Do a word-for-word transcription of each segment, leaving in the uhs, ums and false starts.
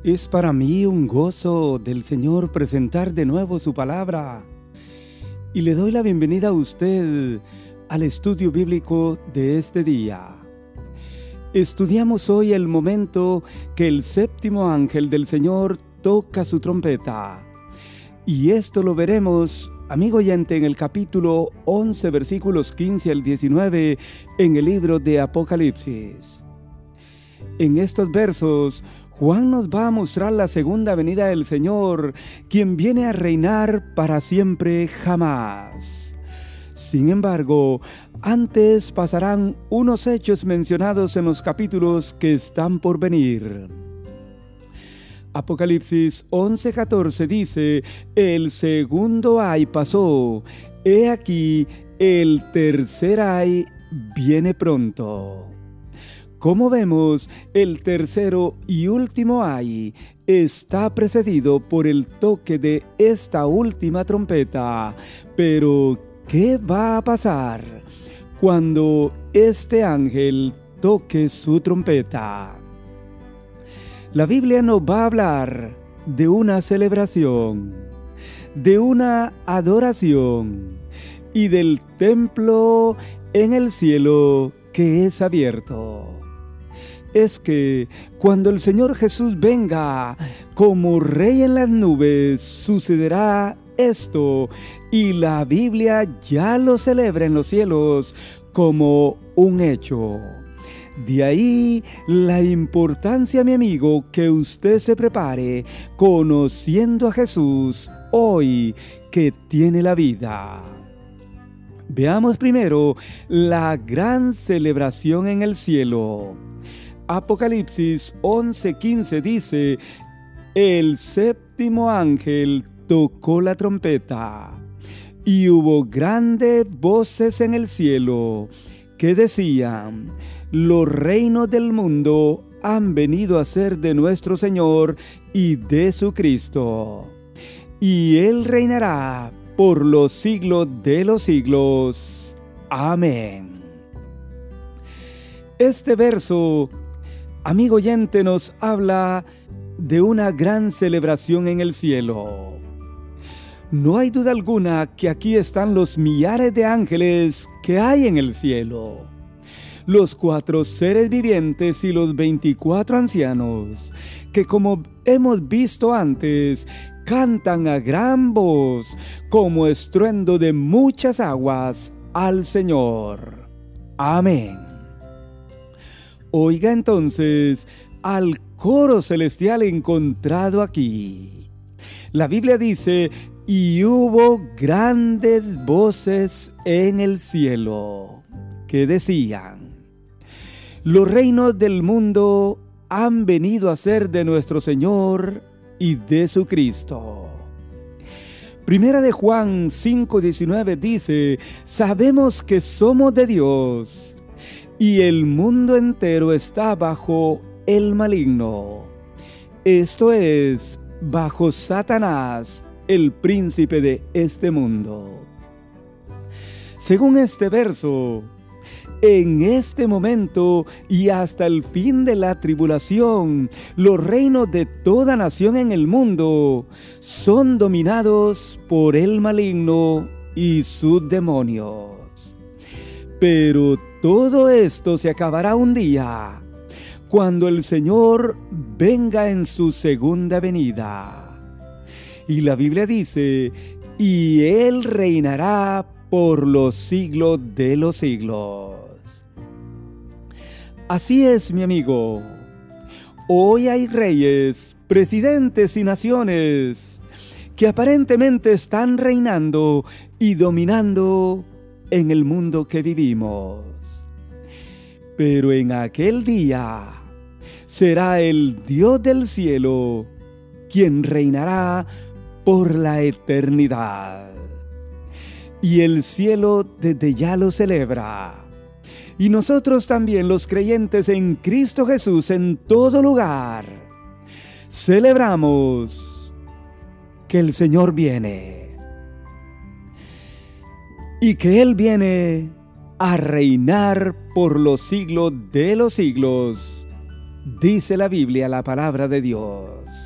Es para mí un gozo del Señor presentar de nuevo su palabra y le doy la bienvenida a usted al estudio bíblico de este día. Estudiamos hoy el momento que el séptimo ángel del Señor toca su trompeta. Y esto lo veremos, amigo oyente, en el capítulo once, versículos quince al diecinueve, en el libro de Apocalipsis. En estos versos, Juan nos va a mostrar la segunda venida del Señor, quien viene a reinar para siempre jamás. Sin embargo, antes pasarán unos hechos mencionados en los capítulos que están por venir. Apocalipsis once catorce dice: el segundo ay pasó, he aquí el tercer ay viene pronto. Como vemos, el tercero y último ay está precedido por el toque de esta última trompeta. Pero, ¿qué va a pasar cuando este ángel toque su trompeta? La Biblia nos va a hablar de una celebración, de una adoración y del templo en el cielo que es abierto. Es que cuando el Señor Jesús venga como Rey en las nubes, sucederá esto, y la Biblia ya lo celebra en los cielos como un hecho. De ahí la importancia, mi amigo, que usted se prepare conociendo a Jesús hoy que tiene la vida. Veamos primero la gran celebración en el cielo. Apocalipsis once quince dice: el séptimo ángel tocó la trompeta, y hubo grandes voces en el cielo que decían: los reinos del mundo han venido a ser de nuestro Señor y de su Cristo, y Él reinará por los siglos de los siglos. Amén. Este verso, amigo oyente, nos habla de una gran celebración en el cielo. No hay duda alguna que aquí están los millares de ángeles que hay en el cielo, los cuatro seres vivientes y los veinticuatro ancianos, que, como hemos visto antes, cantan a gran voz, como estruendo de muchas aguas, al Señor. Amén. Oiga entonces al coro celestial encontrado aquí. La Biblia dice: y hubo grandes voces en el cielo que decían: los reinos del mundo han venido a ser de nuestro Señor y de su Cristo. Primera de Juan cinco diecinueve dice: sabemos que somos de Dios, y el mundo entero está bajo el maligno, esto es, bajo Satanás, el príncipe de este mundo. Según este verso, en este momento y hasta el fin de la tribulación, los reinos de toda nación en el mundo son dominados por el maligno y sus demonios. Pero todo esto se acabará un día, cuando el Señor venga en su segunda venida. Y la Biblia dice: y Él reinará por los siglos de los siglos. Así es, mi amigo. Hoy hay reyes, presidentes y naciones que aparentemente están reinando y dominando en el mundo que vivimos. Pero en aquel día será el Dios del cielo quien reinará por la eternidad. Y el cielo desde ya lo celebra. Y nosotros también, los creyentes en Cristo Jesús, en todo lugar, celebramos que el Señor viene. Y que Él viene a reinar por los siglos de los siglos, dice la Biblia, la palabra de Dios.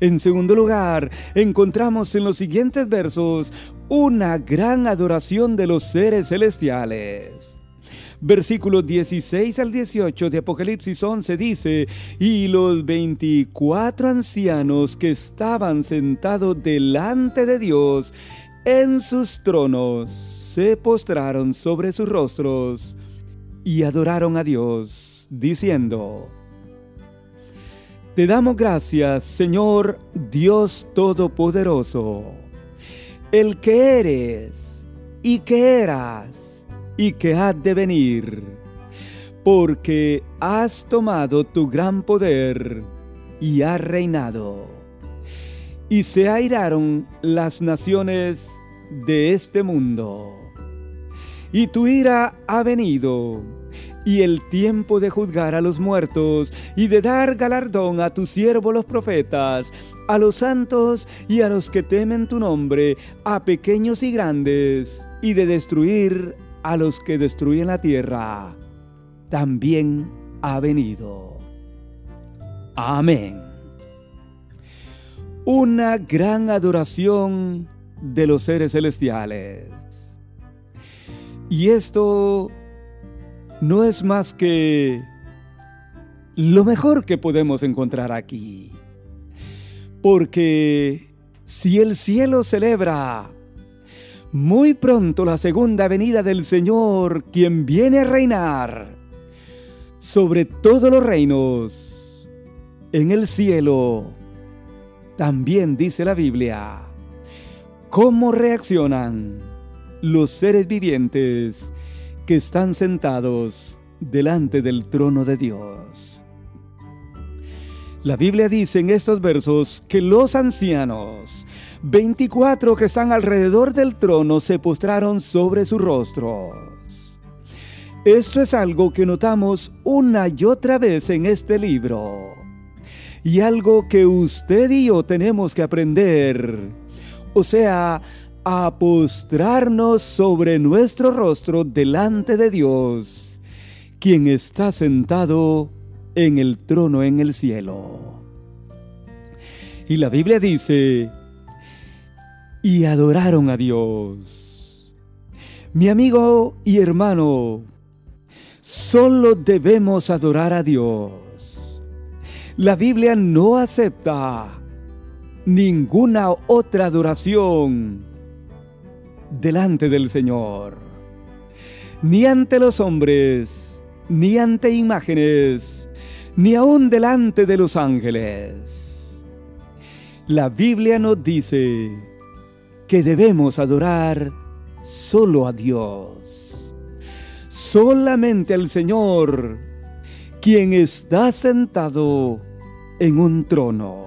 En segundo lugar, encontramos en los siguientes versos una gran adoración de los seres celestiales. Versículos dieciséis al dieciocho de Apocalipsis once dice: y los veinticuatro ancianos que estaban sentados delante de Dios en sus tronos se postraron sobre sus rostros y adoraron a Dios, diciendo: te damos gracias, Señor Dios Todopoderoso, el que eres y que eras y que has de venir, porque has tomado tu gran poder y has reinado. Y se airaron las naciones de este mundo, y tu ira ha venido, y el tiempo de juzgar a los muertos y de dar galardón a tus siervos los profetas, a los santos y a los que temen tu nombre, a pequeños y grandes, y de destruir a los que destruyen la tierra, también ha venido. Amén. Una gran adoración de los seres celestiales. Y esto no es más que lo mejor que podemos encontrar aquí. Porque si el cielo celebra muy pronto la segunda venida del Señor, quien viene a reinar sobre todos los reinos, en el cielo, también dice la Biblia, cómo reaccionan los seres vivientes que están sentados delante del trono de Dios. La Biblia dice en estos versos que los ancianos, veinticuatro que están alrededor del trono, se postraron sobre sus rostros. Esto es algo que notamos una y otra vez en este libro, y algo que usted y yo tenemos que aprender, o sea, a postrarnos sobre nuestro rostro delante de Dios, quien está sentado en el trono en el cielo. Y la Biblia dice: y adoraron a Dios. Mi amigo y hermano, solo debemos adorar a Dios. La Biblia no acepta ninguna otra adoración delante del Señor, ni ante los hombres, ni ante imágenes, ni aun delante de los ángeles. La Biblia nos dice que debemos adorar solo a Dios, solamente al Señor, quien está sentado en un trono.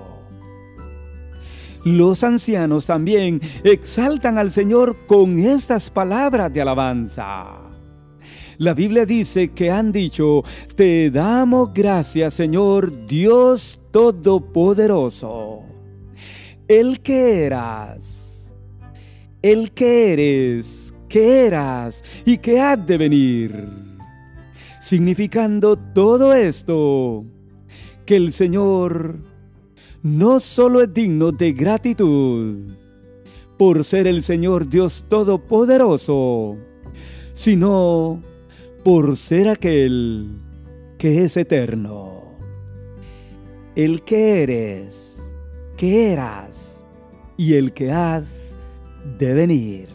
Los ancianos también exaltan al Señor con estas palabras de alabanza. La Biblia dice que han dicho: te damos gracias, Señor Dios Todopoderoso, el que eras, el que eres, que eras y que has de venir. Significando todo esto, que el Señor no solo es digno de gratitud por ser el Señor Dios Todopoderoso, sino por ser aquel que es eterno, el que eres, que eras y el que has de venir.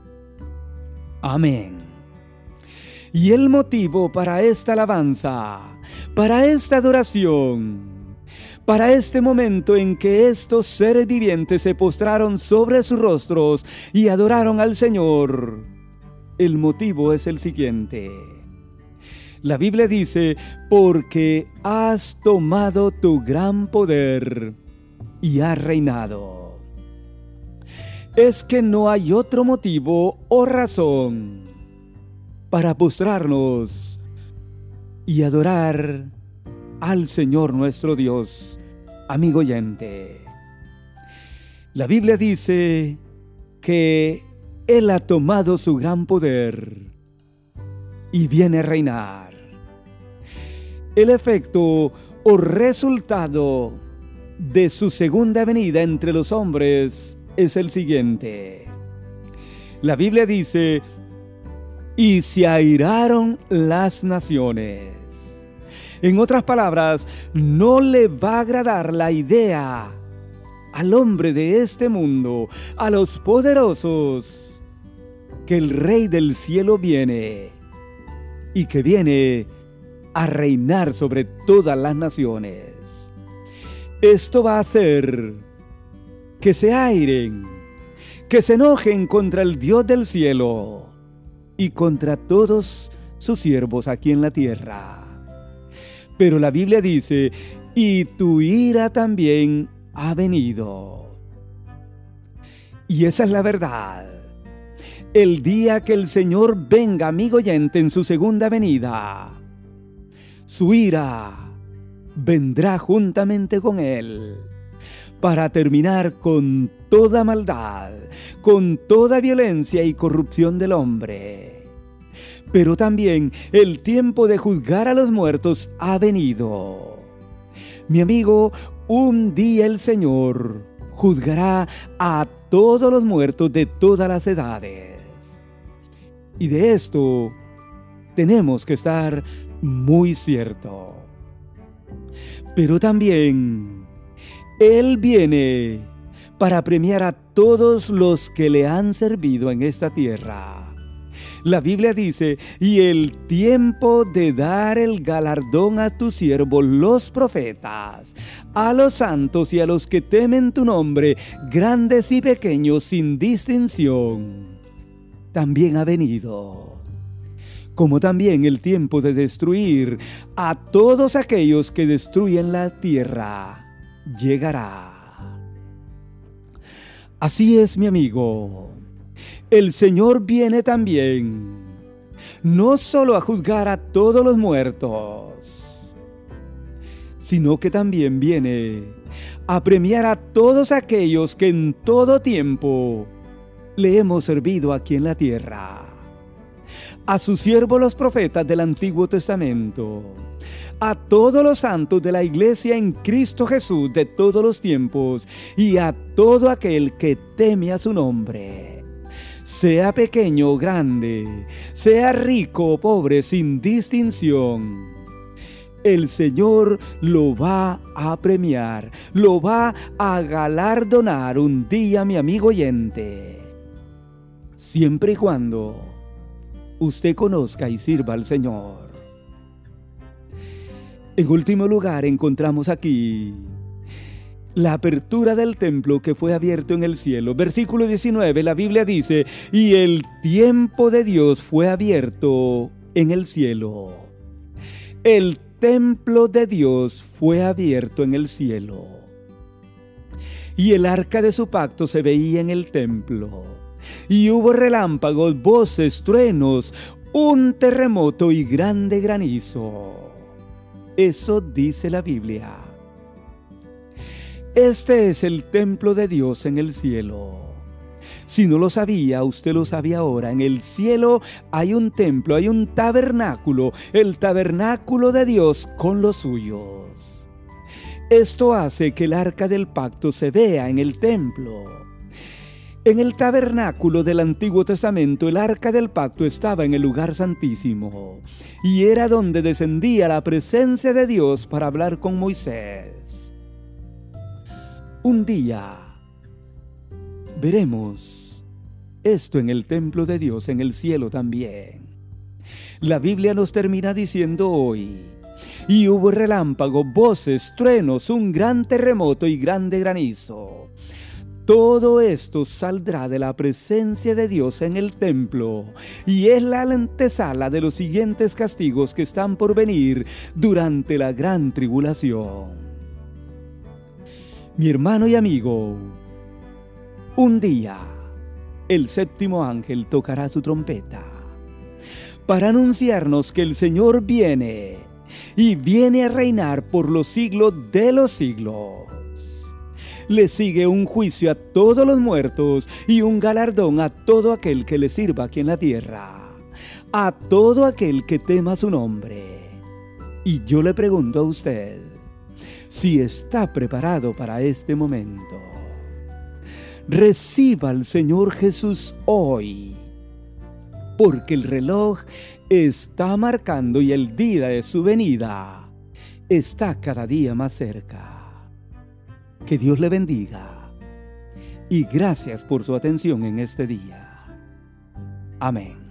Amén. Y el motivo para esta alabanza, para esta adoración, para este momento en que estos seres vivientes se postraron sobre sus rostros y adoraron al Señor, el motivo es el siguiente. La Biblia dice: porque has tomado tu gran poder y has reinado. Es que no hay otro motivo o razón para postrarnos y adorar al Señor nuestro Dios, amigo oyente. La Biblia dice que Él ha tomado su gran poder y viene a reinar. El efecto o resultado de su segunda venida entre los hombres es el siguiente. La Biblia dice: y se airaron las naciones. En otras palabras, no le va a agradar la idea al hombre de este mundo, a los poderosos, que el Rey del cielo viene y que viene a reinar sobre todas las naciones. Esto va a hacer que se airen, que se enojen contra el Dios del cielo y contra todos sus siervos aquí en la tierra. Pero la Biblia dice: y tu ira también ha venido. Y esa es la verdad. El día que el Señor venga, amigo oyente, en su segunda venida, su ira vendrá juntamente con Él para terminar con toda maldad, con toda violencia y corrupción del hombre. Pero también el tiempo de juzgar a los muertos ha venido. Mi amigo, un día el Señor juzgará a todos los muertos de todas las edades. Y de esto tenemos que estar muy ciertos. Pero también Él viene para premiar a todos los que le han servido en esta tierra. La Biblia dice: y el tiempo de dar el galardón a tus siervos los profetas, a los santos y a los que temen tu nombre, grandes y pequeños sin distinción, también ha venido. Como también el tiempo de destruir a todos aquellos que destruyen la tierra llegará. Así es, mi amigo. El Señor viene también, no solo a juzgar a todos los muertos, sino que también viene a premiar a todos aquellos que en todo tiempo le hemos servido aquí en la tierra. A sus siervos los profetas del Antiguo Testamento, a todos los santos de la iglesia en Cristo Jesús de todos los tiempos y a todo aquel que teme a su nombre. Sea pequeño o grande, sea rico o pobre, sin distinción, el Señor lo va a premiar, lo va a galardonar un día, mi amigo oyente, siempre y cuando usted conozca y sirva al Señor. En último lugar, encontramos aquí la apertura del templo que fue abierto en el cielo. Versículo diecinueve, la Biblia dice: y el tiempo de Dios fue abierto en el cielo. El templo de Dios fue abierto en el cielo. Y el arca de su pacto se veía en el templo. Y hubo relámpagos, voces, truenos, un terremoto y grande granizo. Eso dice la Biblia. Este es el templo de Dios en el cielo. Si no lo sabía, usted lo sabe ahora. En el cielo hay un templo, hay un tabernáculo, el tabernáculo de Dios con los suyos. Esto hace que el arca del pacto se vea en el templo. En el tabernáculo del Antiguo Testamento, el arca del pacto estaba en el lugar santísimo y era donde descendía la presencia de Dios para hablar con Moisés. Un día veremos esto en el templo de Dios en el cielo también. La Biblia nos termina diciendo hoy: y hubo relámpagos, voces, truenos, un gran terremoto y grande granizo. Todo esto saldrá de la presencia de Dios en el templo y es la antesala de los siguientes castigos que están por venir durante la gran tribulación. Mi hermano y amigo, un día el séptimo ángel tocará su trompeta para anunciarnos que el Señor viene y viene a reinar por los siglos de los siglos. Le sigue un juicio a todos los muertos y un galardón a todo aquel que le sirva aquí en la tierra, a todo aquel que tema su nombre. Y yo le pregunto a usted, si está preparado para este momento. Reciba al Señor Jesús hoy, porque el reloj está marcando y el día de su venida está cada día más cerca. Que Dios le bendiga y gracias por su atención en este día. Amén.